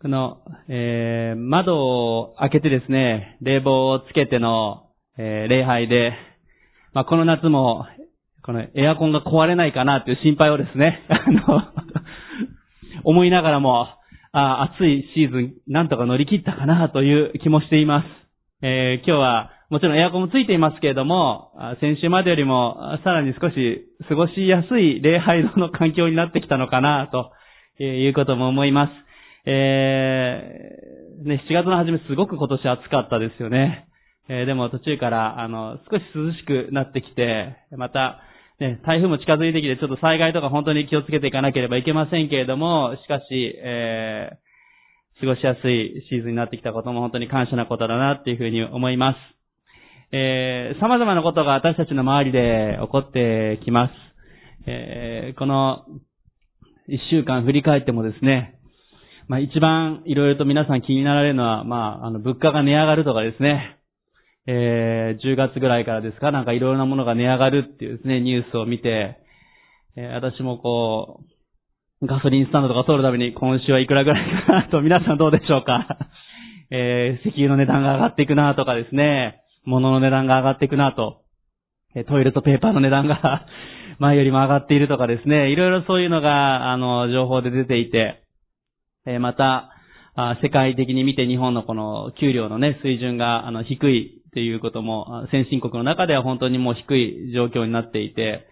この、窓を開けてですね、冷房をつけての、礼拝で、この夏も、このエアコンが壊れないかなという心配をですね、思いながらも、暑いシーズン、なんとか乗り切ったかなという気もしています。今日は、もちろんエアコンもついていますけれども、先週までよりも、さらに少し過ごしやすい礼拝の環境になってきたのかなということも思います。7月の初めすごく今年暑かったですよね。でも途中から少し涼しくなってきて、また、台風も近づいてきてちょっと災害とか本当に気をつけていかなければいけませんけれども、しかし、過ごしやすいシーズンになってきたことも本当に感謝なことだなっていうふうに思います。様々なことが私たちの周りで起こってきます。この一週間振り返ってもですね、一番いろいろと皆さん気になられるのは、物価が値上がるとかですね、10月ぐらいからですか、なんかいろいろなものが値上がるっていうですね、ニュースを見て、私もガソリンスタンドとか通るたびに今週はいくらぐらいかなと、皆さんどうでしょうか。石油の値段が上がっていくなとかですね、物の値段が上がっていくなと、トイレットペーパーの値段が前よりも上がっているとかですね、いろいろそういうのが、情報で出ていて、また、世界的に見て日本のこの給料のね、水準が低いということも、先進国の中では本当にもう低い状況になっていて、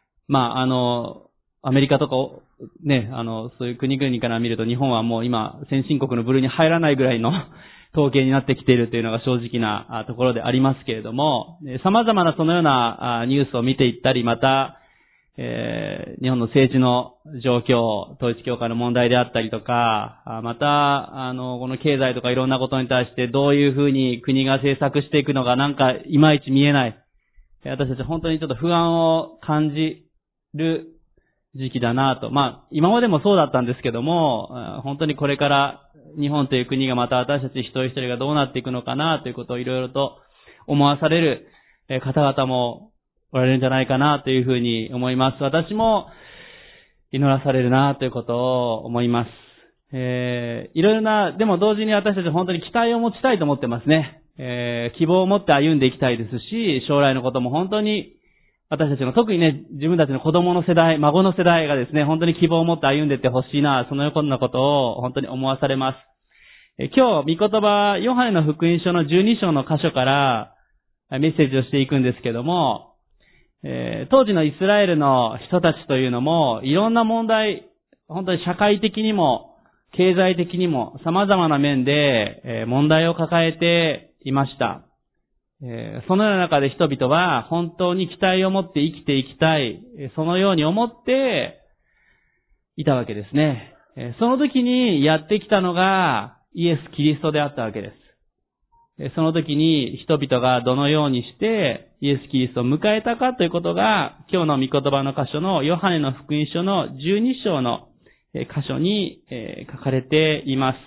アメリカとかね、そういう国々から見ると日本はもう今、先進国の部類に入らないぐらいの統計になってきているというのが正直なところでありますけれども、様々なそのようなニュースを見ていったり、また、日本の政治の状況、統一教会の問題であったりとか、また、この経済とかいろんなことに対してどういうふうに国が政策していくのかなんかいまいち見えない。私たち本当にちょっと不安を感じる時期だなと。今までもそうだったんですけども、本当にこれから日本という国がまた私たち一人一人がどうなっていくのかなということをいろいろと思わされる方々もおられるんじゃないかなというふうに思います。私も祈らされるなということを思います。いろいろな、でも同時に私たち本当に期待を持ちたいと思ってますね。希望を持って歩んでいきたいですし、将来のことも本当に私たちの特にね、自分たちの子供の世代、孫の世代がですね、本当に希望を持って歩んでいってほしいな、そのようなことを本当に思わされます。今日、御言葉、ヨハネの福音書の12章の箇所からメッセージをしていくんですけども、当時のイスラエルの人たちというのも、いろんな問題、本当に社会的にも、経済的にも、様々な面で、問題を抱えていました。そのような中で人々は、本当に期待を持って生きていきたい、そのように思っていたわけですね。その時にやってきたのが、イエス・キリストであったわけです。その時に人々がどのようにしてイエス・キリストを迎えたかということが今日の御言葉の箇所のヨハネの福音書の12章の箇所に書かれています。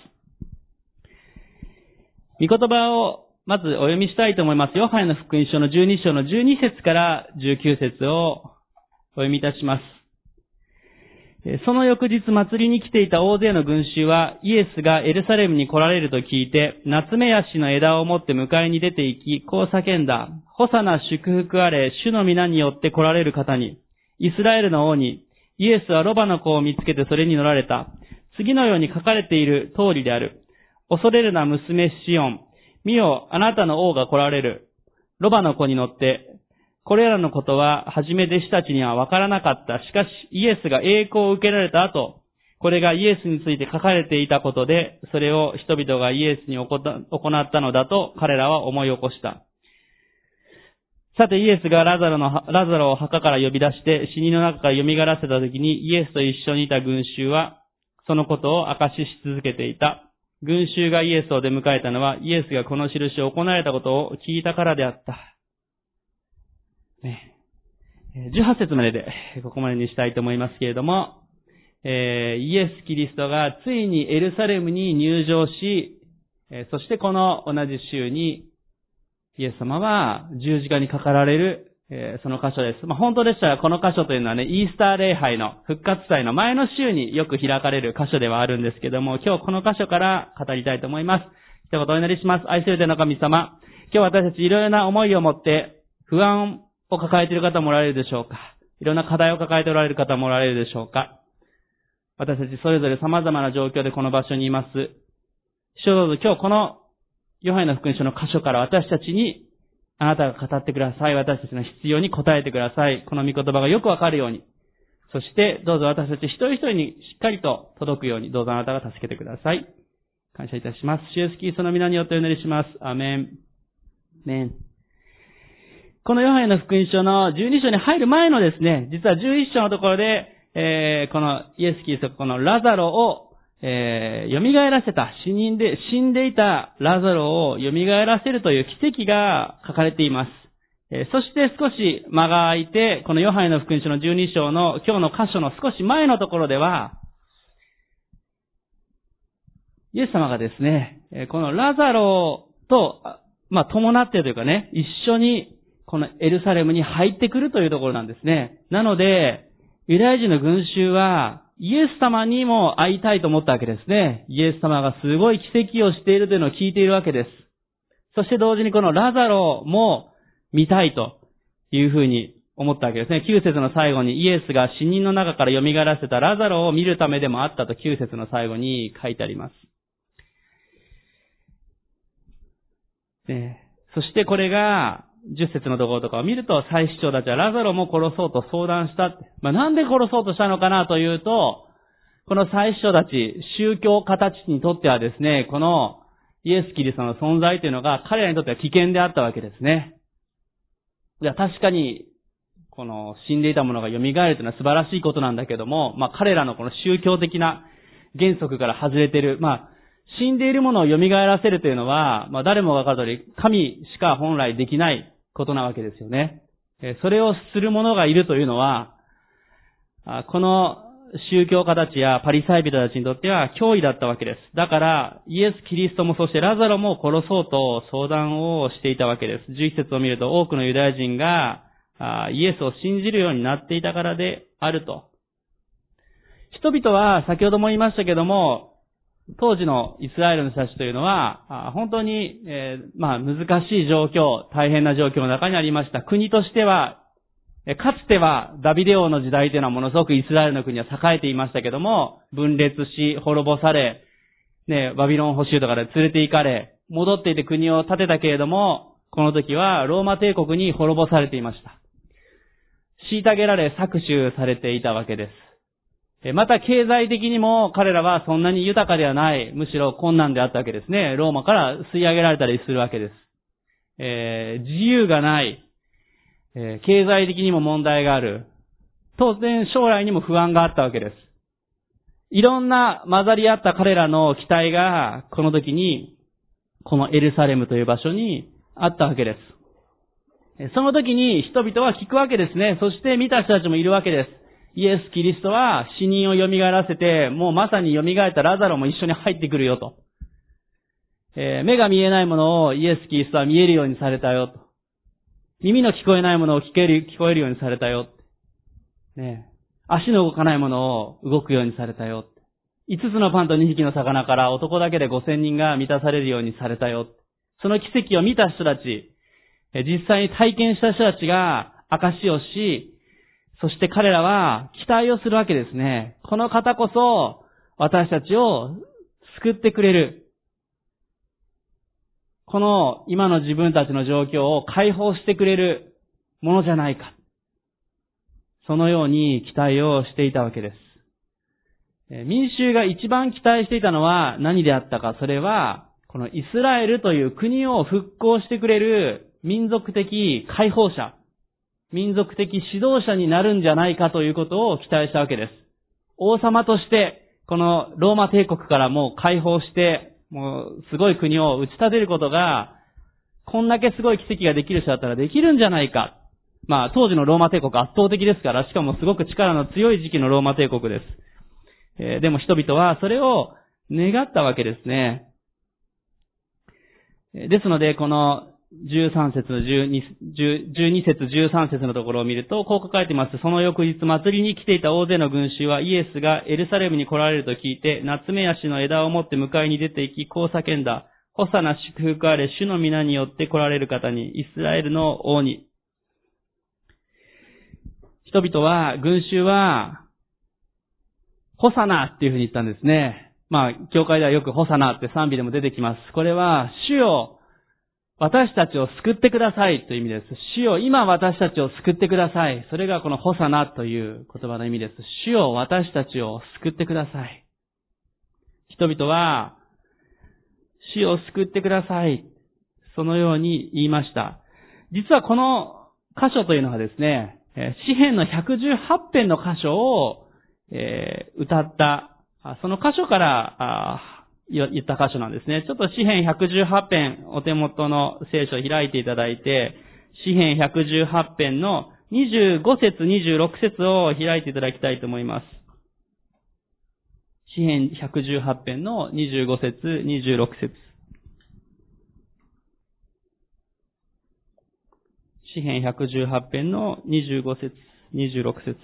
御言葉をまずお読みしたいと思います。ヨハネの福音書の12章の12節から19節をお読みいたします。その翌日祭りに来ていた大勢の群衆はイエスがエルサレムに来られると聞いて、ナツメヤシの枝を持って迎えに出て行き、こう叫んだ。ホサナ祝福あれ、主の皆によって来られる方に、イスラエルの王に、イエスはロバの子を見つけてそれに乗られた。次のように書かれている通りである。恐れるな娘シオン。見よ、あなたの王が来られる。ロバの子に乗って、これらのことは、はじめ弟子たちにはわからなかった。しかし、イエスが栄光を受けられた後、これがイエスについて書かれていたことで、それを人々がイエスに行ったのだと彼らは思い起こした。さて、イエスがラザロを墓から呼び出して、死人の中から蘇らせた時に、イエスと一緒にいた群衆は、そのことを証しし続けていた。群衆がイエスを出迎えたのは、イエスがこの印を行われたことを聞いたからであった。18節まででここまでにしたいと思いますけれども、イエス・キリストがついにエルサレムに入場し、そしてこの同じ週にイエス様は十字架にかかられるその箇所です。本当でしたらこの箇所というのはね、イースター礼拝の復活祭の前の週によく開かれる箇所ではあるんですけども、今日この箇所から語りたいと思います。一言お祈りします。愛する天の神様、今日私たちいろいろな思いを持って不安を抱えている方もおられるでしょうか。いろんな課題を抱えておられる方もおられるでしょうか。私たちそれぞれ様々な状況でこの場所にいます。主よどうぞ今日このヨハネの福音書の箇所から私たちにあなたが語ってください。私たちの必要に応えてください。この御言葉がよくわかるように。そしてどうぞ私たち一人一人にしっかりと届くように、どうぞあなたが助けてください。感謝いたします。主イエスキリストの皆によってお祈りします。アーメン。アメン。このヨハネの福音書の12章に入る前のですね、実は11章のところで、このイエスキリスト、このラザロを蘇らせた、死んでいたラザロを蘇らせるという奇跡が書かれています。そして少し間が空いて、このヨハネの福音書の12章の今日の箇所の少し前のところでは、イエス様がですね、このラザロと、伴ってというかね、一緒にこのエルサレムに入ってくるというところなんですね。なので、ユダヤ人の群衆は、イエス様にも会いたいと思ったわけですね。イエス様がすごい奇跡をしているというのを聞いているわけです。そして同時にこのラザロも見たいというふうに思ったわけですね。9節の最後にイエスが死人の中から蘇らせたラザロを見るためでもあったと9節の最後に書いてあります。そしてこれが10節のところとかを見ると、祭司長たちはラザロも殺そうと相談した。なんで殺そうとしたのかなというと、この祭司長たち、宗教家たちにとってはですね、このイエス・キリストの存在というのが彼らにとっては危険であったわけですね。確かに、この死んでいたものが蘇るというのは素晴らしいことなんだけども、彼らのこの宗教的な原則から外れている、死んでいるものを蘇らせるというのは、誰もがわかる通り、神しか本来できないことなわけですよね。それをする者がいるというのは、この宗教家たちやパリサイ人たちにとっては脅威だったわけです。だから、イエス・キリストもそしてラザロも殺そうと相談をしていたわけです。11節を見ると多くのユダヤ人がイエスを信じるようになっていたからであると。人々は先ほども言いましたけども、当時のイスラエルの人たちというのは、本当に、難しい状況、大変な状況の中にありました。国としては、かつてはダビデ王の時代というのはものすごくイスラエルの国は栄えていましたけども、分裂し、滅ぼされ、バビロン捕囚とかで連れて行かれ、戻っていて国を建てたけれども、この時はローマ帝国に滅ぼされていました。虐げられ搾取されていたわけです。また経済的にも彼らはそんなに豊かではない、むしろ困難であったわけですね。ローマから吸い上げられたりするわけです。自由がない、経済的にも問題がある。当然将来にも不安があったわけです。いろんな混ざり合った彼らの期待がこの時にこのエルサレムという場所にあったわけです。その時に人々は聞くわけですね。そして見た人たちもいるわけです。イエス・キリストは死人を蘇らせて、もうまさに蘇ったラザロも一緒に入ってくるよと。目が見えないものをイエス・キリストは見えるようにされたよと。耳の聞こえないものを聞こえるようにされたよ。足の動かないものを動くようにされたよ。5つのパンと2匹の魚から男だけで5000人が満たされるようにされたよ。その奇跡を見た人たち、実際に体験した人たちが証しをし、そして彼らは期待をするわけですね。この方こそ私たちを救ってくれる。この今の自分たちの状況を解放してくれるものじゃないか。そのように期待をしていたわけです。民衆が一番期待していたのは何であったか。それはこのイスラエルという国を復興してくれる民族的解放者。民族的指導者になるんじゃないかということを期待したわけです。王様として、このローマ帝国からもう解放して、もうすごい国を打ち立てることが、こんだけすごい奇跡ができる人だったらできるんじゃないか。当時のローマ帝国圧倒的ですから、しかもすごく力の強い時期のローマ帝国です。でも人々はそれを願ったわけですね。ですので、この 13節の12節13節のところを見ると、こう書かれています。その翌日、祭りに来ていた大勢の群衆はイエスがエルサレムに来られると聞いて、ナツメヤシの枝を持って迎えに出て行き、こう叫んだ。ホサナ祝福あれ、主の皆によって来られる方に、イスラエルの王に。人々は、群衆は、ホサナっていうふうに言ったんですね。教会ではよくホサナって賛美でも出てきます。これは、主よ、私たちを救ってくださいという意味です。主よ、今私たちを救ってください。それがこのホサナという言葉の意味です。主よ、私たちを救ってください。人々は、主を救ってください。そのように言いました。実はこの箇所というのはですね、詩編の118編の箇所を、歌った、その箇所から言った箇所なんですね。ちょっと詩編118編お手元の聖書を開いていただいて、詩編118編の25節26節を開いていただきたいと思います。詩編118編の25節26節。詩編118編の25節26節。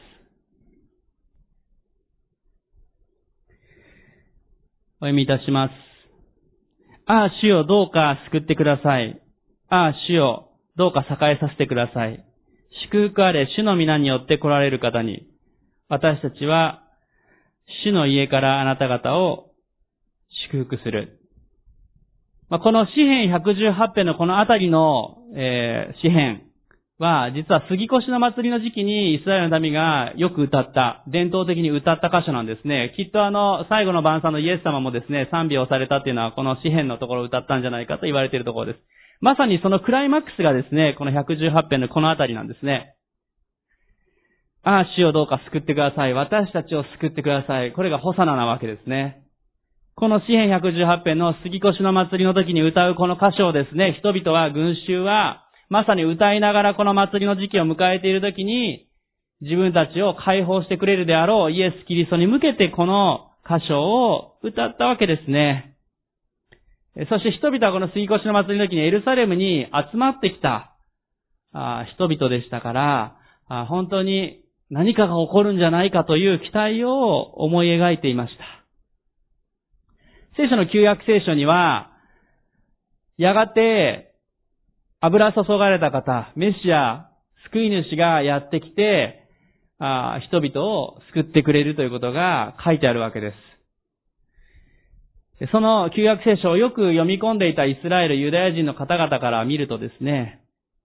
お読みいたします。ああ、主よ、どうか救ってください。ああ、主よ、どうか栄えさせてください。祝福あれ、主の皆によって来られる方に、私たちは、主の家からあなた方を祝福する。この詩編118編のこのあたりの、詩編は、実は杉越の祭りの時期にイスラエルの民がよく歌った、伝統的に歌った箇所なんですね。きっと最後の晩餐のイエス様もですね、賛美をされたっていうのはこの詩編のところを歌ったんじゃないかと言われているところです。まさにそのクライマックスがですね、この118編のこのあたりなんですね。ああ、主をどうか救ってください。私たちを救ってください。これがホサナなわけですね。この詩編118編の杉越の祭りの時に歌うこの歌詞をですね、人々は、群衆は、まさに歌いながらこの祭りの時期を迎えている時に、自分たちを解放してくれるであろうイエス・キリストに向けてこの歌唱を歌ったわけですね。そして人々はこの杉越の祭りの時にエルサレムに集まってきた人々でしたから、本当に何かが起こるんじゃないかという期待を思い描いていました。聖書の旧約聖書には、やがて油注がれた方、メシア、救い主がやってきて、人々を救ってくれるということが書いてあるわけです。その旧約聖書をよく読み込んでいたイスラエル、ユダヤ人の方々から見るとですね、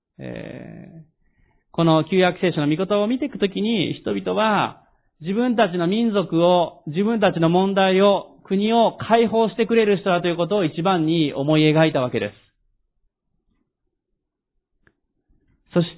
この旧約聖書の御言葉を見ていくときに、人々は自分たちの民族を、自分たちの問題を、国を解放してくれる人だということを一番に思い描いたわけです。そして、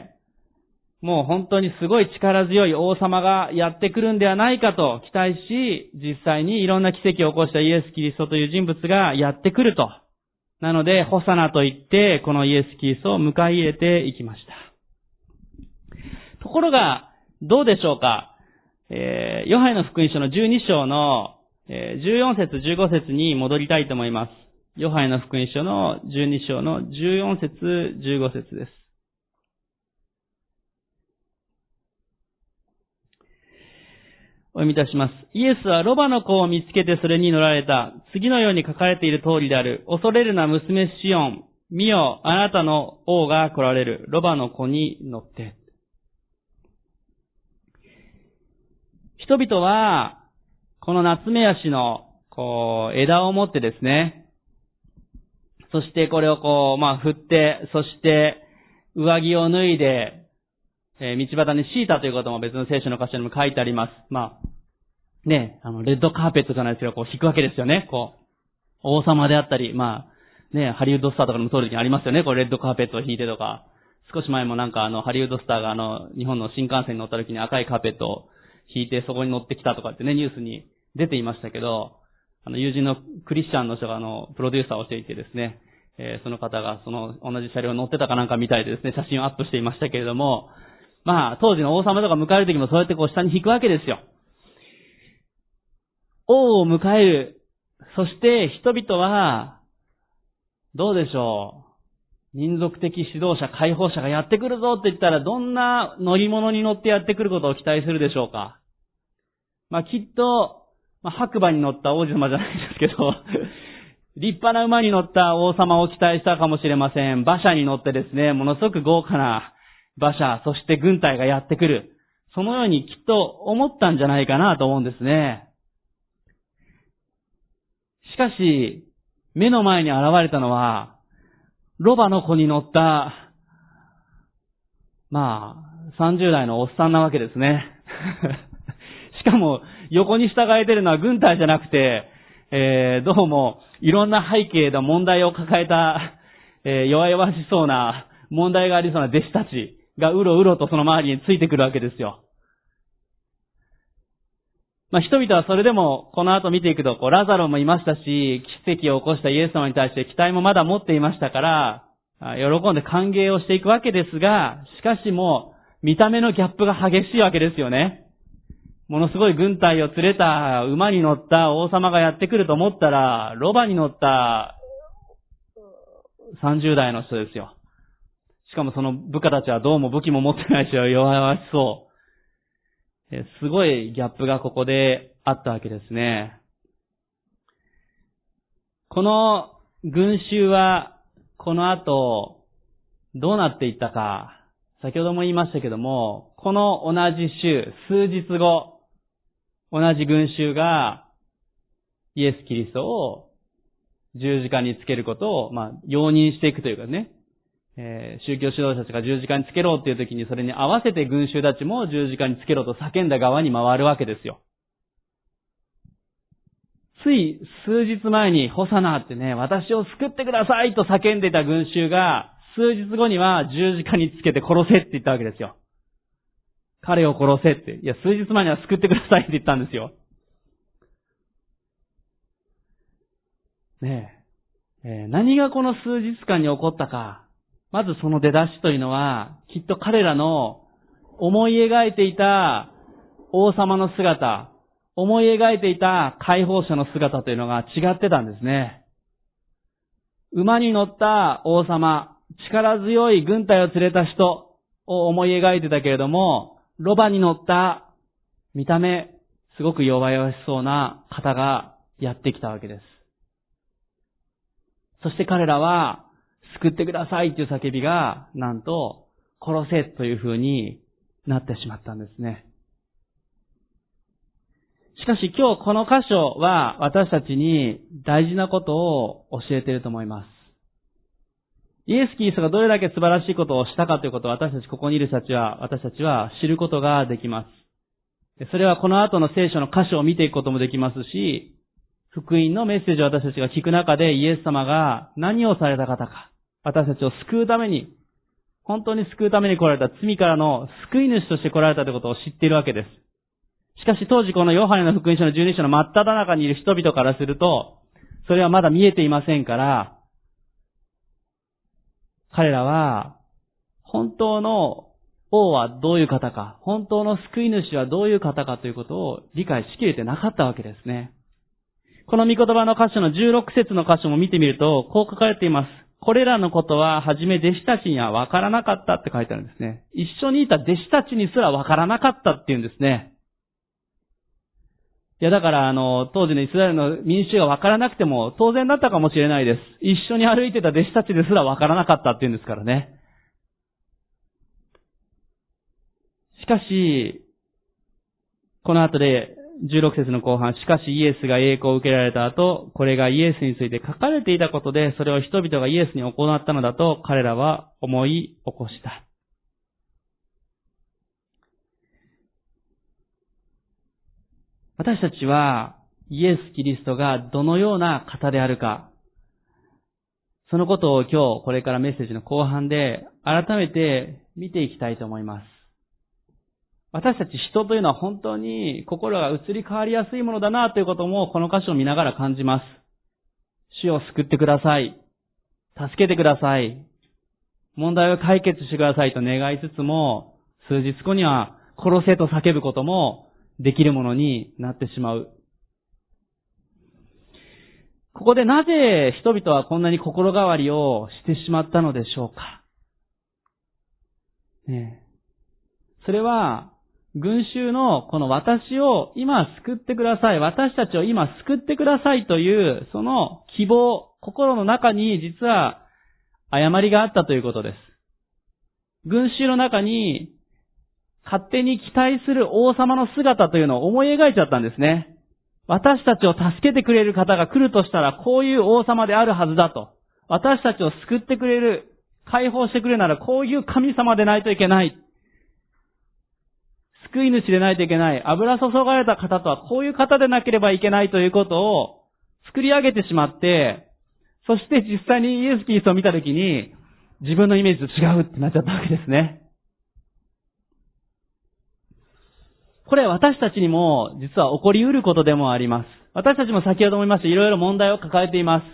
もう本当にすごい力強い王様がやってくるんではないかと期待し、実際にいろんな奇跡を起こしたイエス・キリストという人物がやってくると。なので、ホサナと言って、このイエス・キリストを迎え入れていきました。ところが、どうでしょうか。ヨハネの福音書の12章の14節15節に戻りたいと思います。ヨハネの福音書の12章の14節15節です。お読みいたします。イエスはロバの子を見つけてそれに乗られた。次のように書かれている通りである。恐れるな娘シオン。見よ、あなたの王が来られる。ロバの子に乗って。人々は、このナツメヤシの、枝を持ってですね、そしてこれを振って、そして、上着を脱いで、道端に敷いたということも別の聖書の箇所にも書いてあります。レッドカーペットじゃないですけど、引くわけですよね。王様であったり、ハリウッドスターとかでも撮る時にありますよね。レッドカーペットを引いてとか。少し前もハリウッドスターが日本の新幹線に乗った時に赤いカーペットを引いてそこに乗ってきたとかってね、ニュースに出ていましたけど、友人のクリスチャンの人がプロデューサーをしていてですね、その方が同じ車両に乗ってたかなんかみたいでですね、写真をアップしていましたけれども、当時の王様とか迎える時もそうやって下に引くわけですよ。王を迎える。そして人々は、どうでしょ民族的指導者、解放者がやってくるぞって言ったら、どんな乗り物に乗ってやってくることを期待するでしょうか。きっと、白馬に乗った王子様じゃないですけど、立派な馬に乗った王様を期待したかもしれません。馬車に乗ってですね、ものすごく豪華な馬車、そして軍隊がやってくる。そのようにきっと思ったんじゃないかなと思うんですね。しかし、目の前に現れたのは、ロバの子に乗った、30代のおっさんなわけですね。しかも、横に従えてるのは軍隊じゃなくて、どうも、いろんな背景で問題を抱えた、弱々しそうな、問題がありそうな弟子たちがうろうろとその周りについてくるわけですよ。人々はそれでも、この後見ていくと、ラザロもいましたし、奇跡を起こしたイエス様に対して期待もまだ持っていましたから、喜んで歓迎をしていくわけですが、しかしもう、見た目のギャップが激しいわけですよね。ものすごい軍隊を連れた馬に乗った王様がやってくると思ったら、ロバに乗った30代の人ですよ。しかもその部下たちはどうも武器も持ってないし弱々しそう。すごいギャップがここであったわけですね。この群衆はこの後どうなっていったか、先ほども言いましたけども、この同じ週、数日後、同じ群衆がイエス・キリストを十字架につけることを、容認していくというかね、宗教指導者たちが十字架につけろっていう時にそれに合わせて群衆たちも十字架につけろと叫んだ側に回るわけですよ。つい数日前にホサナってね、私を救ってくださいと叫んでいた群衆が数日後には十字架につけて殺せって言ったわけですよ。彼を殺せって。いや、数日前には救ってくださいって言ったんですよ。ねえ。何がこの数日間に起こったか。まずその出だしというのは、きっと彼らの思い描いていた王様の姿、思い描いていた解放者の姿というのが違ってたんですね。馬に乗った王様、力強い軍隊を連れた人を思い描いてたけれども、ロバに乗った見た目、すごく弱々しそうな方がやってきたわけです。そして彼らは、救ってくださいという叫びが、なんと、殺せという風になってしまったんですね。しかし今日この箇所は私たちに大事なことを教えていると思います。イエス・キリストがどれだけ素晴らしいことをしたかということを私たちここにいる私たちは知ることができます。それはこの後の聖書の箇所を見ていくこともできますし、福音のメッセージを私たちが聞く中でイエス様が何をされた方か、私たちを救うために、本当に救うために来られた罪からの救い主として来られたということを知っているわけです。しかし当時このヨハネの福音書の12章の真っ只中にいる人々からすると、それはまだ見えていませんから、彼らは、本当の王はどういう方か、本当の救い主はどういう方かということを理解しきれてなかったわけですね。この御言葉の箇所の16節の箇所も見てみると、こう書かれています。これらのことは、はじめ弟子たちには分からなかったって書いてあるんですね。一緒にいた弟子たちにすら分からなかったっていうんですね。いや、だから、当時のイスラエルの民衆が分からなくても当然だったかもしれないです。一緒に歩いてた弟子たちですら分からなかったっていうんですからね。しかし、この後で、16節の後半、しかしイエスが栄光を受けられた後、これがイエスについて書かれていたことで、それを人々がイエスに行ったのだと彼らは思い起こした。私たちはイエス・キリストがどのような方であるか、そのことを今日これからメッセージの後半で改めて見ていきたいと思います。私たち人というのは本当に心が移り変わりやすいものだなということもこの箇所を見ながら感じます。主を救ってください。助けてください。問題を解決してくださいと願いつつも、数日後には殺せと叫ぶこともできるものになってしまう。 ここでなぜ人々はこんなに心変わりをしてしまったのでしょうか。それは、群衆のこの私を今救ってください、私たちを今救ってくださいという、その希望、心の中に実は誤りがあったということです。群衆の中に勝手に期待する王様の姿というのを思い描いちゃったんですね。私たちを助けてくれる方が来るとしたらこういう王様であるはずだと。私たちを救ってくれる、解放してくれるならこういう神様でないといけない。救い主でないといけない。油注がれた方とはこういう方でなければいけないということを作り上げてしまって、そして実際にイエス・キリストを見たときに自分のイメージと違うってなっちゃったわけですね。これは私たちにも実は起こり得ることでもあります。私たちも先ほども言いました、いろいろ問題を抱えています。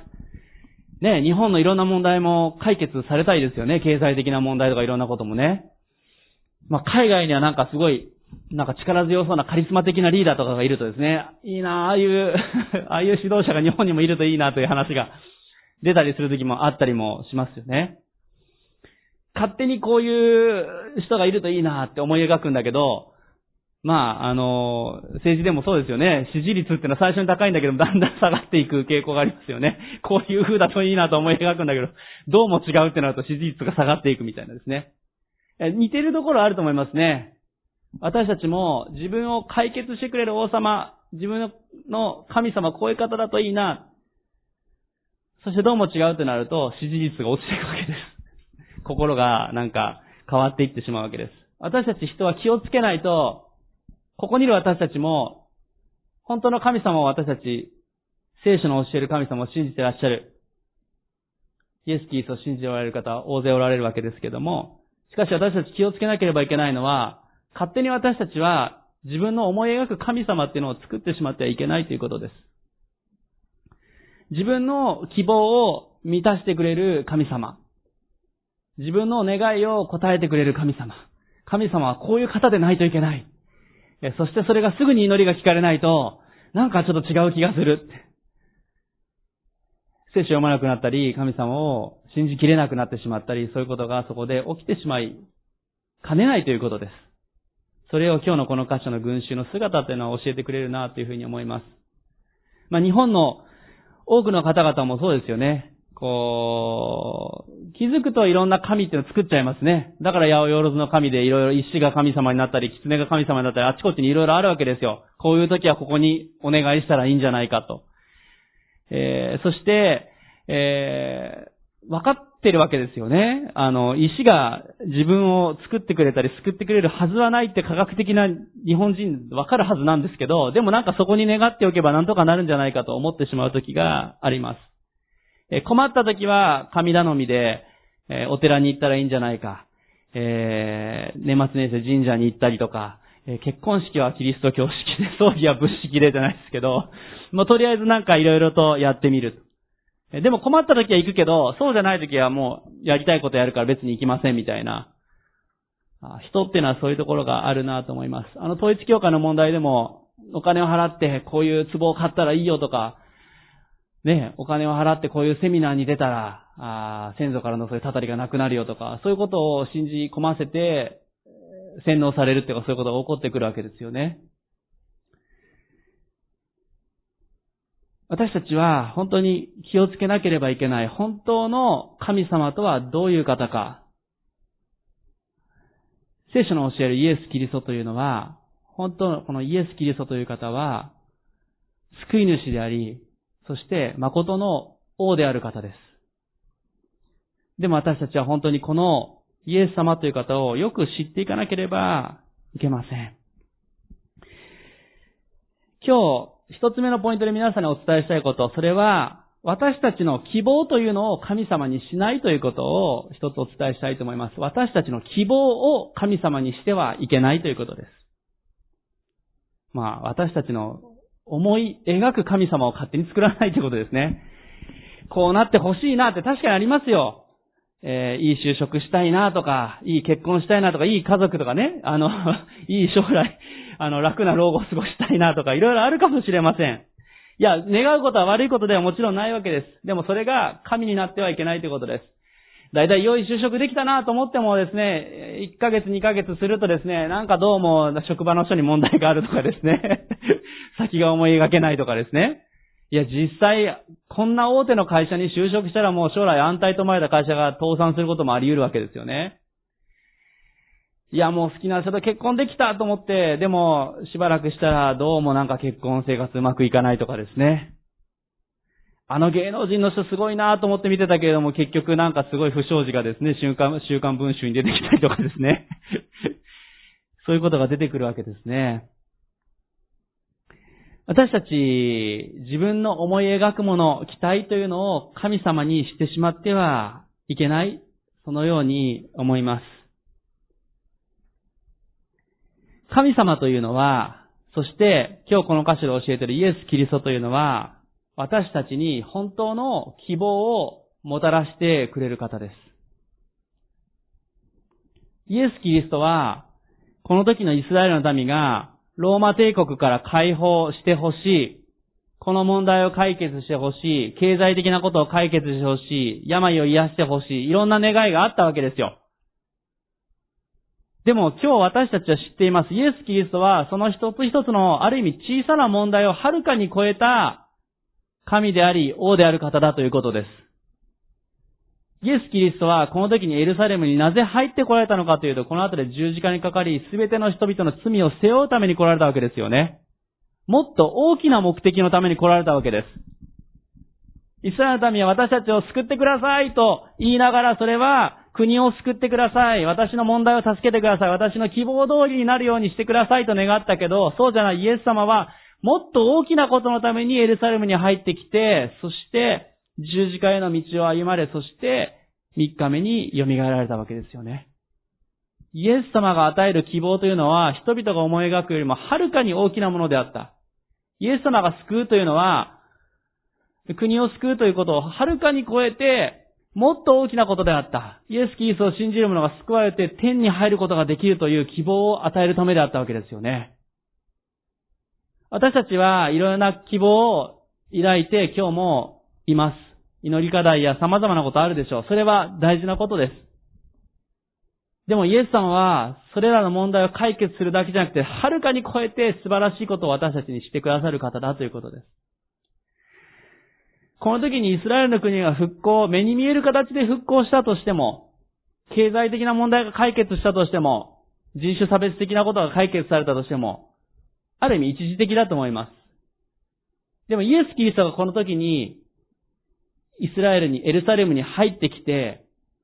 ね、日本のいろんな問題も解決されたいですよね。経済的な問題とかいろんなこともね。海外にはなんかすごい、力強そうなカリスマ的なリーダーとかがいるとですね、いいなああいう指導者が日本にもいるといいなという話が出たりする時もあったりもしますよね。勝手にこういう人がいるといいなって思い描くんだけど、政治でもそうですよね。支持率ってのは最初に高いんだけど、だんだん下がっていく傾向がありますよね。こういう風だといいなと思い描くんだけど、どうも違うってなると支持率が下がっていくみたいなですね。似てるところあると思いますね。私たちも自分を解決してくれる王様、自分の神様こういう方だといいな。そしてどうも違うってなると支持率が落ちていくわけです。心が変わっていってしまうわけです。私たち人は気をつけないと、ここにいる私たちも、本当の神様を私たち、聖書の教える神様を信じていらっしゃる。イエス・キリストを信じておられる方は大勢おられるわけですけども、しかし私たち気をつけなければいけないのは、勝手に私たちは自分の思い描く神様っていうのを作ってしまってはいけないということです。自分の希望を満たしてくれる神様。自分の願いを答えてくれる神様。神様はこういう方でないといけない。そしてそれがすぐに祈りが聞かれないと、ちょっと違う気がする。聖書読まなくなったり、神様を信じきれなくなってしまったり、そういうことがそこで起きてしまいかねないということです。それを今日のこの箇所の群衆の姿というのは教えてくれるなというふうに思います。日本の多くの方々もそうですよね。気づくといろんな神っていうのを作っちゃいますね。だから八百万の神でいろいろ石が神様になったり、狐が神様になったり、あちこちにいろいろあるわけですよ。こういう時はここにお願いしたらいいんじゃないかと。そして、分かってるわけですよね。石が自分を作ってくれたり救ってくれるはずはないって科学的な日本人分かるはずなんですけど、でもそこに願っておけばなんとかなるんじゃないかと思ってしまう時があります。困った時は神頼みで、お寺に行ったらいいんじゃないか。年末年始神社に行ったりとか、結婚式はキリスト教式で、葬儀は仏式でじゃないですけど、とりあえずいろいろとやってみる。でも困った時は行くけど、そうじゃない時はもうやりたいことやるから別に行きませんみたいな。人っていうのはそういうところがあるなと思います。統一教会の問題でも、お金を払ってこういう壺を買ったらいいよとか、お金を払ってこういうセミナーに出たら、先祖からのそういうたたりがなくなるよとか、そういうことを信じ込ませて、洗脳されるっていうかそういうことが起こってくるわけですよね。私たちは本当に気をつけなければいけない本当の神様とはどういう方か。聖書の教えるイエス・キリストというのは、本当のこのイエス・キリストという方は、救い主であり、そして誠の王である方です。でも私たちは本当にこのイエス様という方をよく知っていかなければいけません。今日、一つ目のポイントで皆さんにお伝えしたいこと、それは私たちの希望というのを神様にしないということを一つお伝えしたいと思います。私たちの希望を神様にしてはいけないということです。私たちの思い描く神様を勝手に作らないということですね。こうなってほしいなって確かにありますよ。いい就職したいなとか、いい結婚したいなとか、いい家族とかね、いい将来、楽な老後を過ごしたいなとか、いろいろあるかもしれません。 いや、願うことは悪いことではもちろんないわけです。でもそれが神になってはいけないということです。だいたい良い就職できたなと思ってもですね、1ヶ月2ヶ月するとですね、なんかどうも職場の人に問題があるとかですね、先が思い描けないとかですね。いや、実際、こんな大手の会社に就職したらもう将来安泰と思われた会社が倒産することもあり得るわけですよね。いや、もう好きな人と結婚できたと思って、でもしばらくしたらどうもなんか結婚生活うまくいかないとかですね。あの芸能人の人すごいなと思って見てたけれども、結局なんかすごい不祥事がですね、週刊文春に出てきたりとかですね。そういうことが出てくるわけですね。私たち、自分の思い描くもの、期待というのを神様にしてしまってはいけない。そのように思います。神様というのは、そして今日この箇所で教えているイエス・キリストというのは、私たちに本当の希望をもたらしてくれる方です。イエス・キリストは、この時のイスラエルの民が、ローマ帝国から解放してほしい。この問題を解決してほしい。経済的なことを解決してほしい。病を癒してほしい。いろんな願いがあったわけですよ。でも今日私たちは知っています。イエス・キリストはその一つ一つのある意味小さな問題をはるかに超えた神であり王である方だということです。イエス・キリストはこの時にエルサレムになぜ入ってこられたのかというと、この後で十字架にかかり、すべての人々の罪を背負うために来られたわけですよね。もっと大きな目的のために来られたわけです。イスラエルの民は私たちを救ってくださいと言いながら、それは国を救ってください。私の問題を助けてください。私の希望通りになるようにしてくださいと願ったけど、そうじゃないイエス様は、もっと大きなことのためにエルサレムに入ってきて、そして十字架への道を歩まれ、そして3日目に蘇られたわけですよね。イエス様が与える希望というのは、人々が思い描くよりもはるかに大きなものであった。イエス様が救うというのは、国を救うということをはるかに超えて、もっと大きなことであった。イエス・キリストを信じる者が救われて天に入ることができるという希望を与えるためであったわけですよね。私たちはいろいろな希望を抱いて今日もいます。祈り課題や様々なことあるでしょう。それは大事なことです。でもイエス様はそれらの問題を解決するだけじゃなくて、はるかに超えて素晴らしいことを私たちにしてくださる方だということです。この時にイスラエルの国が復興、目に見える形で復興したとしても、経済的な問題が解決したとしても、人種差別的なことが解決されたとしても、ある意味一時的だと思います。でもイエス・キリストがこの時に、エルサレムに入ってきて、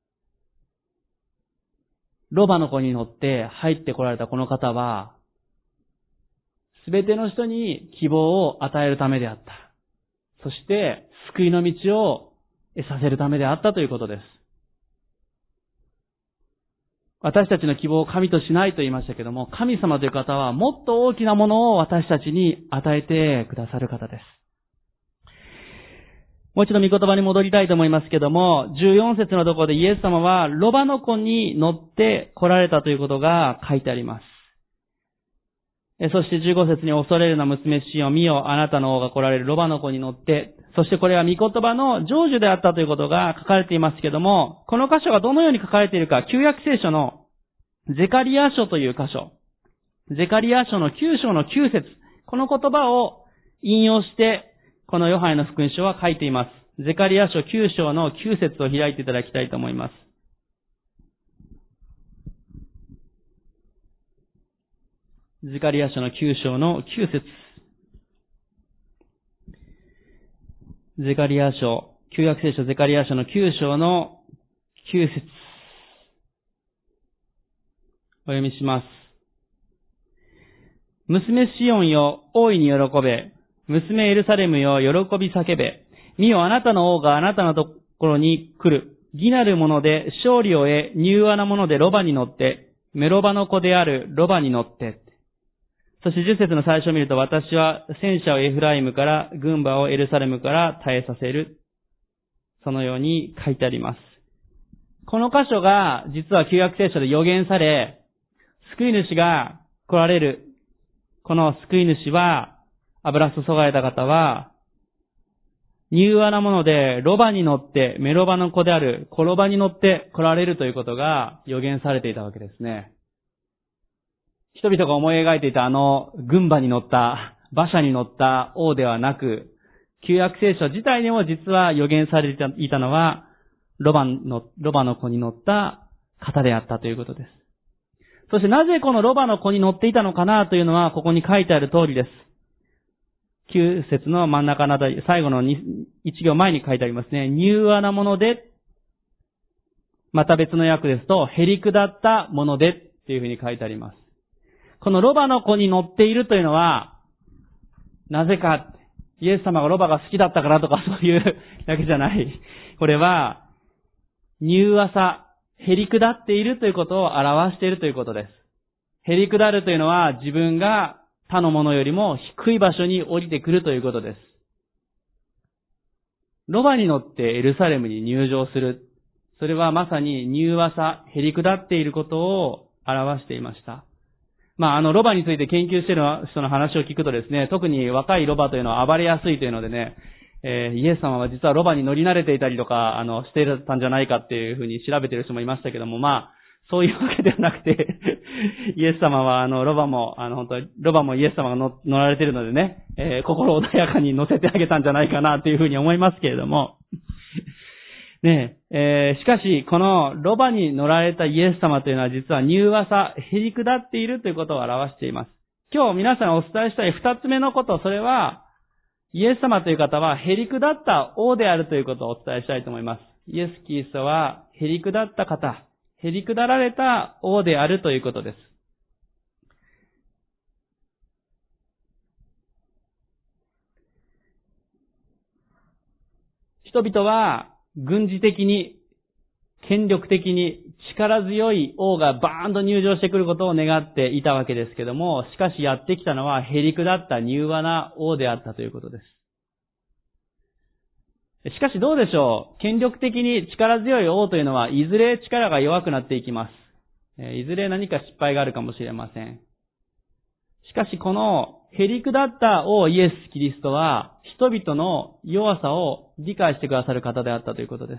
ロバの子に乗って入ってこられたこの方は、すべての人に希望を与えるためであった。そして、救いの道を得させるためであったということです。私たちの希望を神としないと言いましたけども、神様という方はもっと大きなものを私たちに与えてくださる方です。もう一度御言葉に戻りたいと思いますけども、14節のところでイエス様はロバの子に乗って来られたということが書いてあります。そして15節に恐れるな娘シオン、見よあなたの王が来られるロバの子に乗って、そしてこれは御言葉の成就であったということが書かれていますけども、この箇所がどのように書かれているか、旧約聖書のゼカリア書という箇所、ゼカリア書の9章の9節、この言葉を引用して、このヨハネの福音書は書いています。ゼカリア書9章の9節を開いていただきたいと思います。ゼカリア書の9章の9節。ゼカリア書、旧約聖書ゼカリア書の9章の9節。お読みします。娘シオンよ、大いに喜べ。娘エルサレムよ、喜び叫べ。見よ、あなたの王があなたのところに来る。義なるもので勝利を得、柔和なものでロバに乗って、メロバの子であるロバに乗って。そして10節の最初を見ると、私は戦車をエフライムから、軍馬をエルサレムから耐えさせる。そのように書いてあります。この箇所が実は旧約聖書で予言され、救い主が来られる。この救い主は、油注がれた方は、 柔和なもので、ロバに乗って、メロバの子であるコロバに乗って来られるということが予言されていたわけですね。人々が思い描いていた軍馬に乗った、馬車に乗った王ではなく、旧約聖書自体にも実は予言されていたのは、ロバの子に乗った方であったということです。そしてなぜこのロバの子に乗っていたのかなというのは、ここに書いてある通りです。9節の真ん中のあたり、最後の1行前に書いてありますね。柔和なもので、また別の訳ですと、へりくだったものでっていうふうに書いてあります。このロバの子に乗っているというのは、なぜか、イエス様がロバが好きだったからとかそういうだけじゃない。これは、柔和さ、へりくだっているということを表しているということです。へりくだるというのは自分が他のものよりも低い場所に降りてくるということです。ロバに乗ってエルサレムに入場する。それはまさに柔和さ、へりくだっていることを表していました。ロバについて研究している人の話を聞くとですね、特に若いロバというのは暴れやすいというのでね、イエス様は実はロバに乗り慣れていたりとか、していたんじゃないかっていうふうに調べている人もいましたけども、そういうわけではなくて、イエス様はロバもイエス様が乗られているのでね、心穏やかに乗せてあげたんじゃないかなというふうに思いますけれども、ねしかし、このロバに乗られたイエス様というのは実は柔和さ、へりくだっているということを表しています。今日皆さんお伝えしたい二つ目のこと、それは、イエス様という方はへりくだった王であるということをお伝えしたいと思います。イエス・キリストはへりくだった方、へりくだられた王であるということです。人々は軍事的に、権力的に力強い王がバーンと入場してくることを願っていたわけですけども、しかしやってきたのはへりくだった柔和な王であったということです。しかしどうでしょう。権力的に力強い王というのはいずれ力が弱くなっていきます。いずれ何か失敗があるかもしれません。しかしこのへりくだった王イエス・キリストは人々の弱さを理解してくださる方であったということです。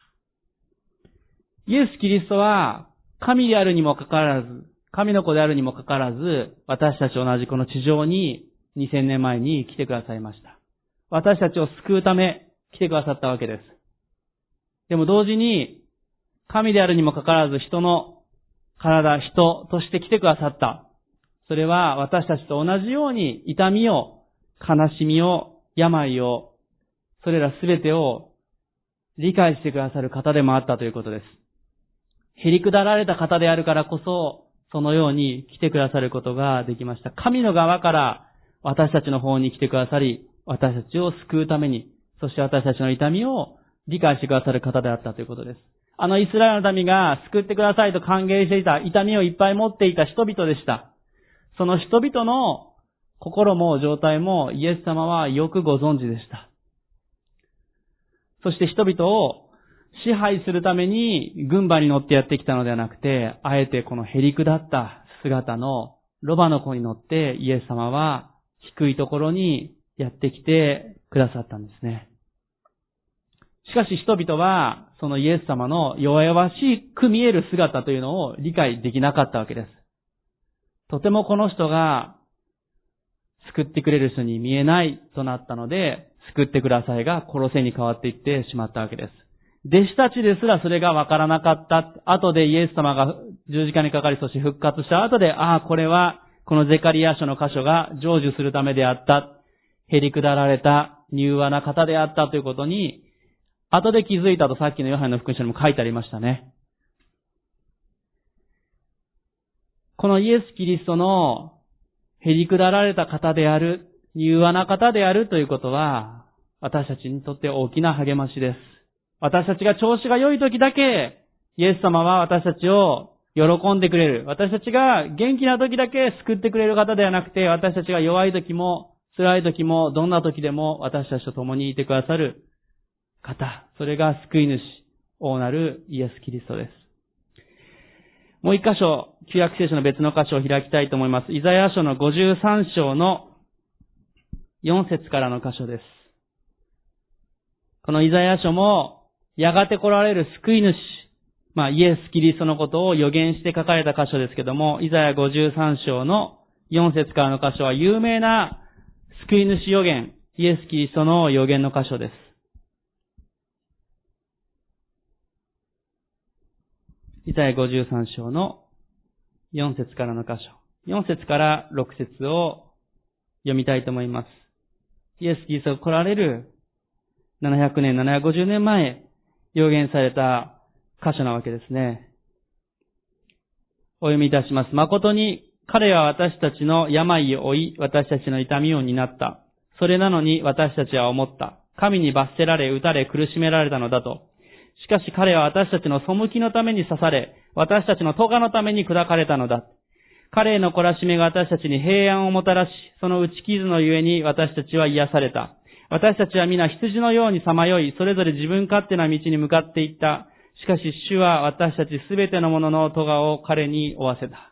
イエス・キリストは神であるにもかかわらず、神の子であるにもかかわらず、私たちと同じこの地上に2000年前に来てくださいました。私たちを救うため来てくださったわけです。でも同時に、神であるにもかかわらず人の体、人として来てくださった。それは私たちと同じように痛みを、悲しみを、病を、それらすべてを理解してくださる方でもあったということです。へりくだられた方であるからこそ、そのように来てくださることができました。神の側から私たちの方に来てくださり、私たちを救うために、そして私たちの痛みを理解してくださる方であったということです。イスラエルの民が救ってくださいと歓迎していた、痛みをいっぱい持っていた人々でした。その人々の心も状態もイエス様はよくご存知でした。そして人々を支配するために軍馬に乗ってやってきたのではなくて、あえてこのへりくだった姿のロバの子に乗ってイエス様は低いところにやってきてくださったんですね。しかし人々はそのイエス様の弱々しく見える姿というのを理解できなかったわけです。とてもこの人が救ってくれる人に見えないとなったので、救ってくださいが殺せに変わっていってしまったわけです。弟子たちですらそれがわからなかった。後でイエス様が十字架にかかり、そして復活した後で、これはこのゼカリア書の箇所が成就するためであった。へりくだられた柔和な方であったということに、後で気づいたとさっきのヨハネの福音書にも書いてありましたね。このイエス・キリストのへりくだられた方である、柔和な方であるということは、私たちにとって大きな励ましです。私たちが調子が良い時だけ、イエス様は私たちを喜んでくれる。私たちが元気な時だけ救ってくれる方ではなくて、私たちが弱い時も、辛い時も、どんな時でも私たちと共にいてくださる方。それが救い主、王なるイエス・キリストです。もう一箇所、旧約聖書の別の箇所を開きたいと思います。イザヤ書の53章の4節からの箇所です。 このイザヤ書も、やがて来られる救い主、イエス・キリストのことを予言して書かれた箇所ですけども、イザヤ53章の4節からの箇所は有名な救い主予言、イエス・キリストの予言の箇所です。イザヤ53章の4節からの箇所。4節から6節を読みたいと思います。イエス・キリストが来られる700年、750年前、予言された箇所なわけですね。お読みいたします。誠に彼は私たちの病を負い、私たちの痛みを担った。それなのに私たちは思った。神に罰せられ、打たれ、苦しめられたのだと。しかし彼は私たちの背きのために刺され、私たちの咎のために砕かれたのだ。彼への懲らしめが私たちに平安をもたらし、その打ち傷のゆえに私たちは癒された。私たちは皆羊のようにさまよい、それぞれ自分勝手な道に向かっていった。しかし主は私たちすべてのものの咎を彼に負わせた。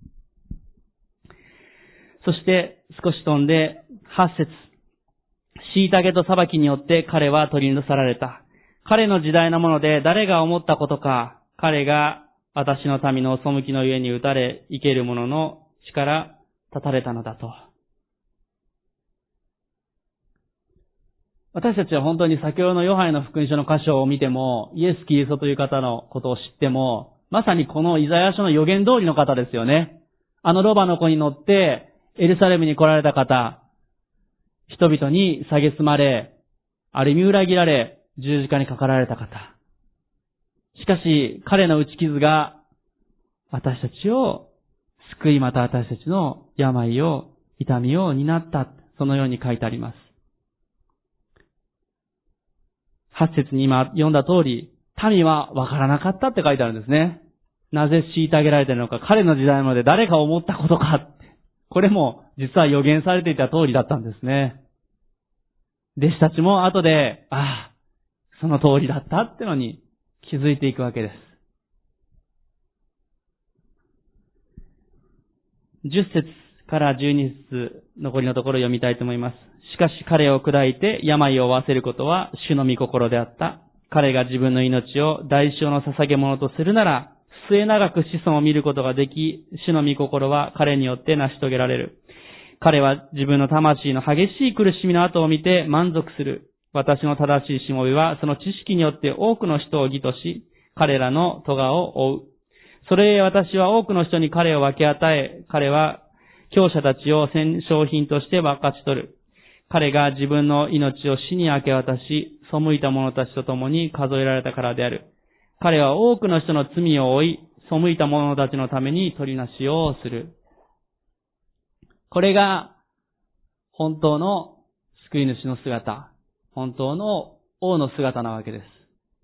そして少し飛んで8節。虐げと裁きによって彼は取り去られた。彼の時代のもので誰が思ったことか。彼が私の民の背きのゆえに打たれ、生ける者の血から立たれたのだと。私たちは本当に先ほどのヨハネの福音書の箇所を見ても、イエス・キリストという方のことを知っても、まさにこのイザヤ書の予言通りの方ですよね。ロバの子に乗ってエルサレムに来られた方、人々に蔑まれ、ある意味裏切られ、十字架にかかられた方。しかし、彼の打ち傷が私たちを救い、また私たちの病を、痛みを担った。そのように書いてあります。8節に今読んだ通り、民は分からなかったって書いてあるんですね。なぜ虐げられているのか、彼の時代まで誰が思ったことか。これも実は予言されていた通りだったんですね。弟子たちも後で、その通りだったってのに気づいていくわけです。10節から12節残りのところを読みたいと思います。しかし彼を砕いて病を負わせることは主の御心であった。彼が自分の命を代償の捧げ物とするなら、末永く子孫を見ることができ、主の御心は彼によって成し遂げられる。彼は自分の魂の激しい苦しみの後を見て満足する。私の正しいしもべはその知識によって多くの人を義とし、彼らの咎を負う。それへ私は多くの人に彼を分け与え、彼は強者たちを戦勝品として分かち取る。彼が自分の命を死に明け渡し、背いた者たちと共に数えられたからである。彼は多くの人の罪を負い、背いた者たちのために取りなしをする。これが本当の救い主の姿、本当の王の姿なわけです。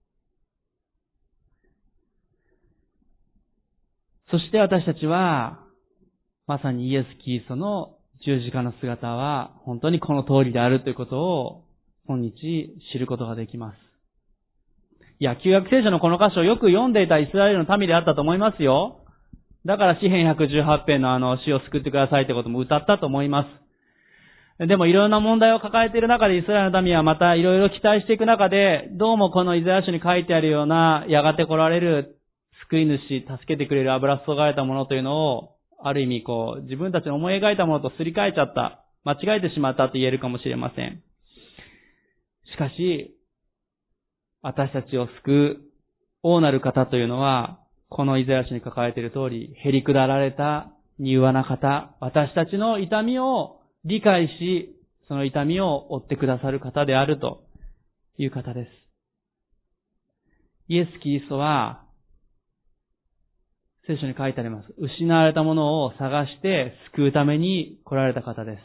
そして私たちは、まさにイエス・キリストの十字架の姿は本当にこの通りであるということを今日知ることができます。旧約聖書のこの箇所をよく読んでいたイスラエルの民であったと思いますよ。だから詩編118編の死を救ってくださいってことも歌ったと思います。でもいろんな問題を抱えている中でイスラエルの民はまたいろいろ期待していく中で、どうもこのイザヤ書に書いてあるようなやがて来られる救い主、助けてくれる油注がれたものというのをある意味自分たちの思い描いたものとすり替えちゃった、間違えてしまったと言えるかもしれません。しかし、私たちを救う王なる方というのは、このイザヤ書に書かれている通り、へりくだられた柔和な方、私たちの痛みを理解し、その痛みを負ってくださる方であるという方です。イエス・キリストは、聖書に書いてあります。失われたものを探して救うために来られた方です。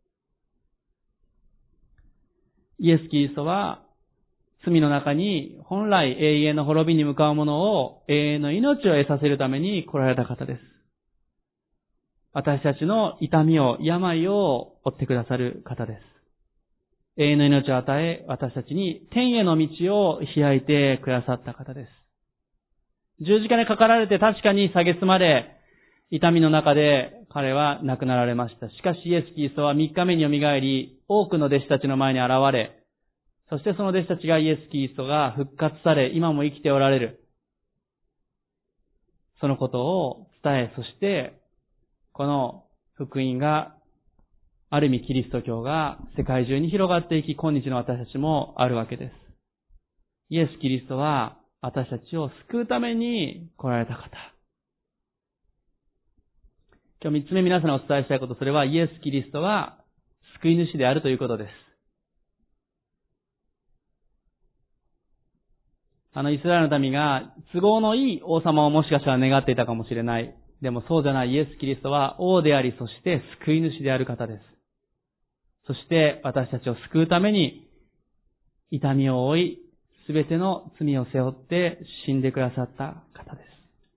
イエス・キリストは、罪の中に本来永遠の滅びに向かうものを永遠の命を得させるために来られた方です。私たちの痛みを、病を負ってくださる方です。永遠の命を与え、私たちに天への道を開いてくださった方です。十字架にかかられて確かに蔑まれ、痛みの中で彼は亡くなられました。しかしイエス・キリストは3日目によみがえり、多くの弟子たちの前に現れ、 そしてその弟子たちがイエス・キリストが復活され、今も生きておられる。そのことを伝え、そして、この福音が、ある意味キリスト教が世界中に広がっていき、今日の私たちもあるわけです。イエス・キリストは私たちを救うために来られた方。今日三つ目皆さんにお伝えしたいこと、それはイエス・キリストは救い主であるということです。イスラエルの民が都合のいい王様をもしかしたら願っていたかもしれない。でもそうじゃないイエス・キリストは王であり、そして救い主である方です。そして私たちを救うために痛みを負い、すべての罪を背負って死んでくださった方です。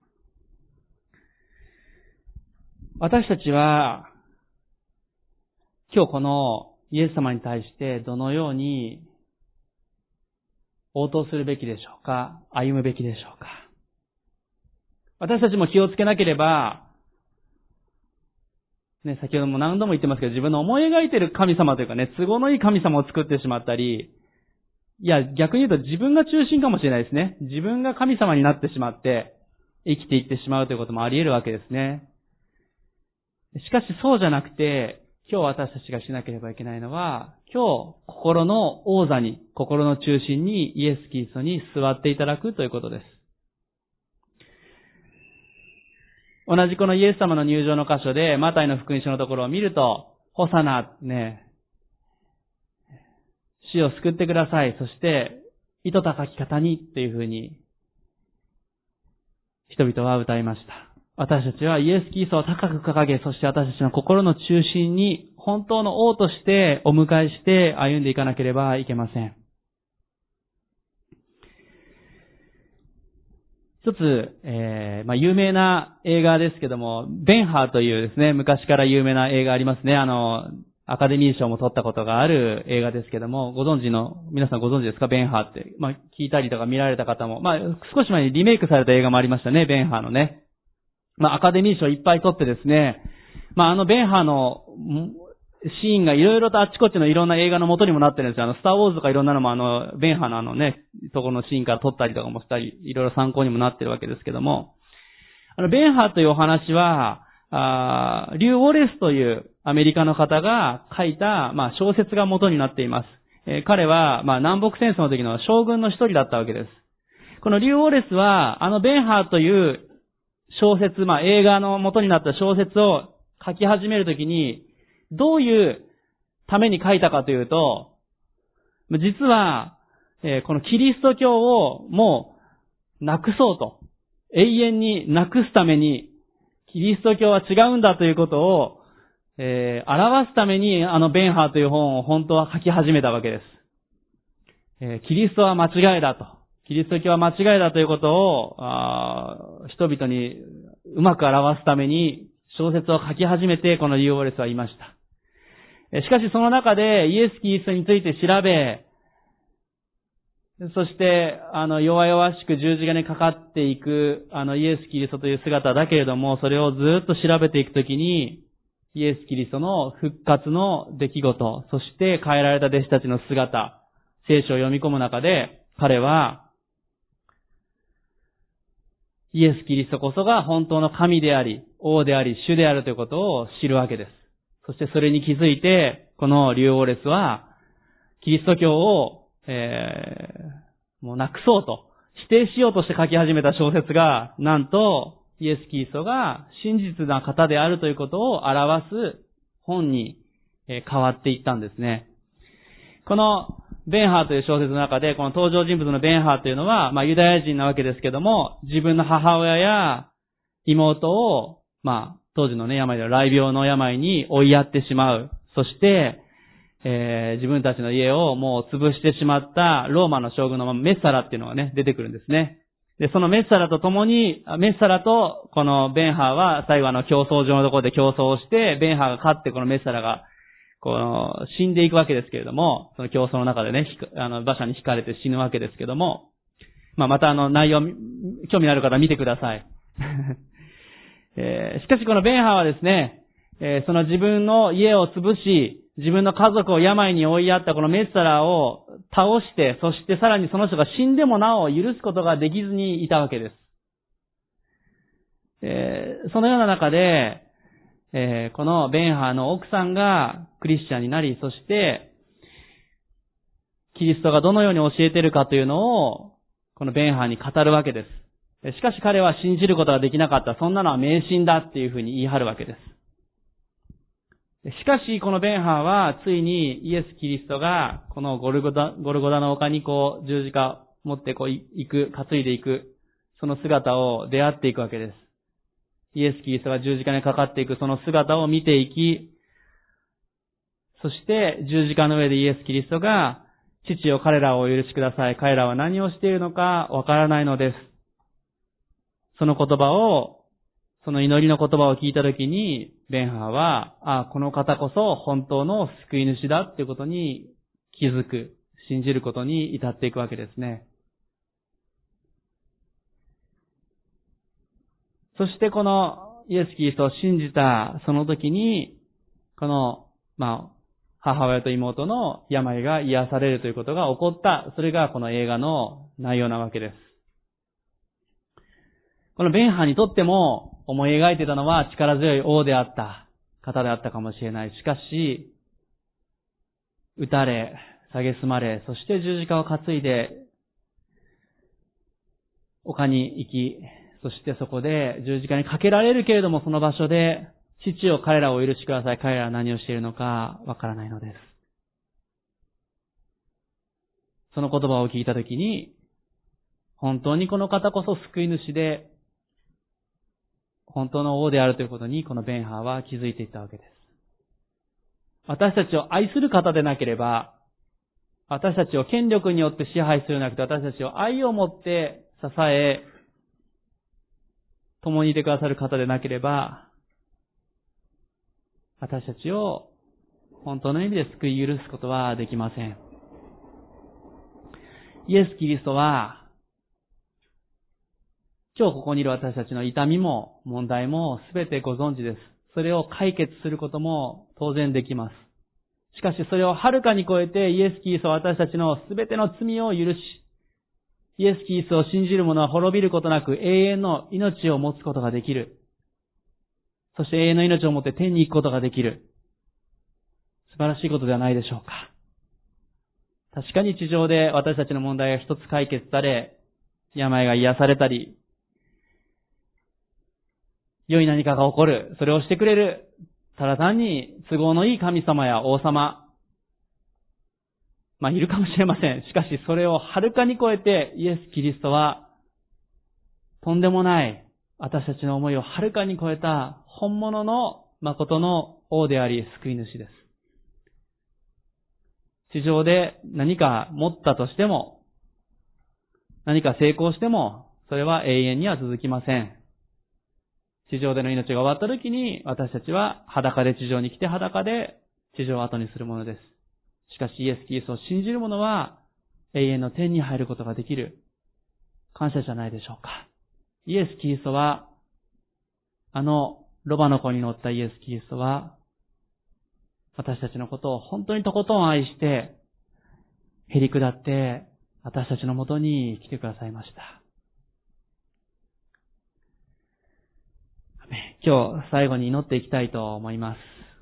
私たちは今日このイエス様に対してどのように応答するべきでしょうか、歩むべきでしょうか。私たちも気をつけなければ、ね、先ほども何度も言ってますけど、自分の思い描いている神様というかね、都合のいい神様を作ってしまったり、いや、逆に言うと自分が中心かもしれないですね。自分が神様になってしまって、生きていってしまうということもあり得るわけですね。しかしそうじゃなくて、今日私たちがしなければいけないのは、今日心の王座に、心の中心にイエス・キリストに座っていただくということです。同じこのイエス様の入場の箇所で、マタイの福音書のところを見ると、ホサナ、ね、主を救ってください。そして、糸高き方にっていうふうに、人々は歌いました。私たちはイエス・キリストを高く掲げ、そして私たちの心の中心に、本当の王としてお迎えして歩んでいかなければいけません。一つ、有名な映画ですけども、ベンハーというですね、昔から有名な映画ありますね。アカデミー賞も取ったことがある映画ですけども、皆さんご存知ですか？ベンハーって。聞いたりとか見られた方も、少し前にリメイクされた映画もありましたね、ベンハーのね。アカデミー賞いっぱい取ってですね、ベンハーのシーンがいろいろとあちこちのいろんな映画の元にもなってるんですよ。スターウォーズとかいろんなのもベンハーのところのシーンから撮ったりとかもしたり、いろいろ参考にもなってるわけですけども、ベンハーというお話は、リュー・ウォレスというアメリカの方が書いた、小説が元になっています。彼は、南北戦争の時の将軍の一人だったわけです。このリュー・ウォレスは、ベンハーという小説、映画の元になった小説を書き始めるときに、どういうために書いたかというと、実は、このキリスト教をもうなくそうと、永遠になくすために、キリスト教は違うんだということを、表すためにベンハーという本を本当は書き始めたわけです。キリストは間違いだと。キリスト教は間違いだということを、人々にうまく表すために小説を書き始めて、このリュー・ウォレスは言いました。しかしその中でイエス・キリストについて調べ、そして弱々しく十字架にかかっていくイエス・キリストという姿だけれども、それをずっと調べていくときに、イエス・キリストの復活の出来事、そして変えられた弟子たちの姿、聖書を読み込む中で、彼はイエス・キリストこそが本当の神であり、王であり、主であるということを知るわけです。そしてそれに気づいて、このリュー・ウォレスは、キリスト教を、もうなくそうと、否定しようとして書き始めた小説が、なんと、イエス・キリストが真実な方であるということを表す本に変わっていったんですね。このベンハーという小説の中で、この登場人物のベンハーというのは、ユダヤ人なわけですけども、自分の母親や妹を、当時のね、病で雷病の病に追いやってしまう。そして、自分たちの家をもう潰してしまったローマの将軍のメッサラっていうのがね、出てくるんですね。で、そのメッサラとこのベンハーは最後競争場のところで競争をして、ベンハーが勝ってこのメッサラが死んでいくわけですけれども、その競争の中でね、馬車に引かれて死ぬわけですけども、また内容、興味のある方は見てください。しかしこのベンハーはですね、その自分の家を潰し、 自分の家族を病に追いやったこのメッサラを倒して、そしてさらにその人が死んでもなお許すことができずにいたわけです。そのような中で、このベンハーの奥さんがクリスチャンになり、そしてキリストがどのように教えているかというのをこのベンハーに語るわけです。しかし彼は信じることができなかった。そんなのは迷信だっていうふうに言い張るわけです。しかしこのベンハーはついにイエス・キリストがこのゴルゴダの丘に十字架を持って担いでいく、その姿を出会っていくわけです。イエス・キリストが十字架にかかっていくその姿を見ていき、そして十字架の上でイエス・キリストが、父よ彼らをお許しください。彼らは何をしているのかわからないのです。その言葉を、その祈りの言葉を聞いたときに、ベンハーは、この方こそ本当の救い主だっていうことに気づく、信じることに至っていくわけですね。そしてこのイエス・キリストを信じたその時に、この、母親と妹の病が癒されるということが起こった。それがこの映画の内容なわけです。このベンハーにとっても思い描いていたのは力強い王であった方であったかもしれない。しかし、撃たれ、蔑まれ、そして十字架を担いで丘に行き、そしてそこで十字架にかけられるけれども、その場所で父よ彼らをお許しください。彼らは何をしているのかわからないのです。その言葉を聞いたときに、本当にこの方こそ救い主で、本当の王であるということにこのベンハーは気づいていったわけです。私たちを愛する方でなければ、私たちを権力によって支配するのではなくて、私たちを愛を持って支え、共にいてくださる方でなければ、私たちを本当の意味で救い許すことはできません。イエス・キリストは、今日ここにいる私たちの痛みも問題もすべてご存知です。それを解決することも当然できます。しかしそれをはるかに超えてイエス・キリストは私たちのすべての罪を許し、イエス・キリストを信じる者は滅びることなく永遠の命を持つことができる。そして永遠の命を持って天に行くことができる。素晴らしいことではないでしょうか。確かに地上で私たちの問題が一つ解決され、病が癒されたり、良い何かが起こる。それをしてくれる。ただ単に都合のいい神様や王様。いるかもしれません。しかしそれをはるかに超えてイエス・キリストはとんでもない私たちの思いをはるかに超えた本物の誠の王であり救い主です。地上で何か持ったとしても、何か成功しても、それは永遠には続きません。地上での命が終わった時に、私たちは裸で地上に来て裸で地上を後にするものです。しかしイエス・キリストを信じる者は永遠の天に入ることができる。感謝じゃないでしょうか。イエス・キリストは、ロバの子に乗ったイエス・キリストは、私たちのことを本当にとことん愛して、へり下って、私たちのもとに来てくださいました。今日最後に祈っていきたいと思います。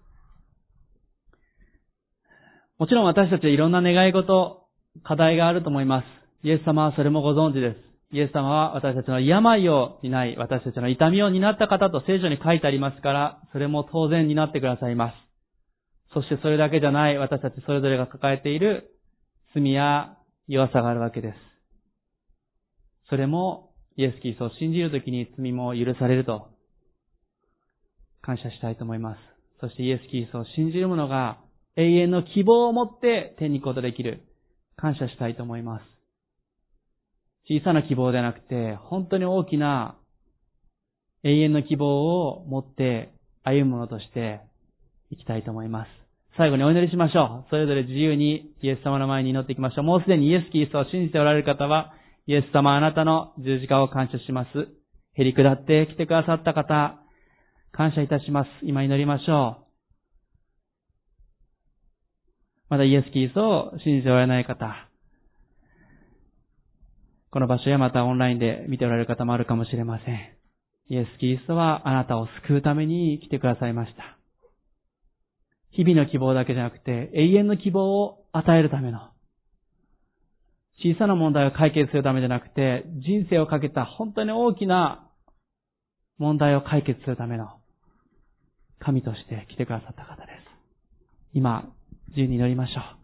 もちろん私たちはいろんな願い事、課題があると思います。イエス様はそれもご存知です。イエス様は私たちの病を担い、私たちの痛みを担った方と聖書に書いてありますから、それも当然担ってくださいます。そしてそれだけじゃない私たちそれぞれが抱えている罪や弱さがあるわけです。それもイエス・キリストを信じるときに罪も許されると感謝したいと思います。そしてイエス・キリストを信じる者が永遠の希望を持って天に行くことができる。感謝したいと思います。小さな希望ではなくて本当に大きな永遠の希望を持って歩む者として生きたいと思います。最後にお祈りしましょう。それぞれ自由にイエス様の前に祈っていきましょう。もうすでにイエス・キリストを信じておられる方は、イエス様あなたの十字架を感謝します。へり下って来てくださった方、感謝いたします。今祈りましょう。 まだイエス・キリストを信じておられない方、この場所やまたオンラインで見ておられる方もあるかもしれません。イエス・キリストはあなたを救うために来てくださいました。日々の希望だけじゃなくて、永遠の希望を与えるための、小さな問題を解決するためじゃなくて、人生をかけた本当に大きな問題を解決するための神として来てくださった方です。今、自由に祈りましょう。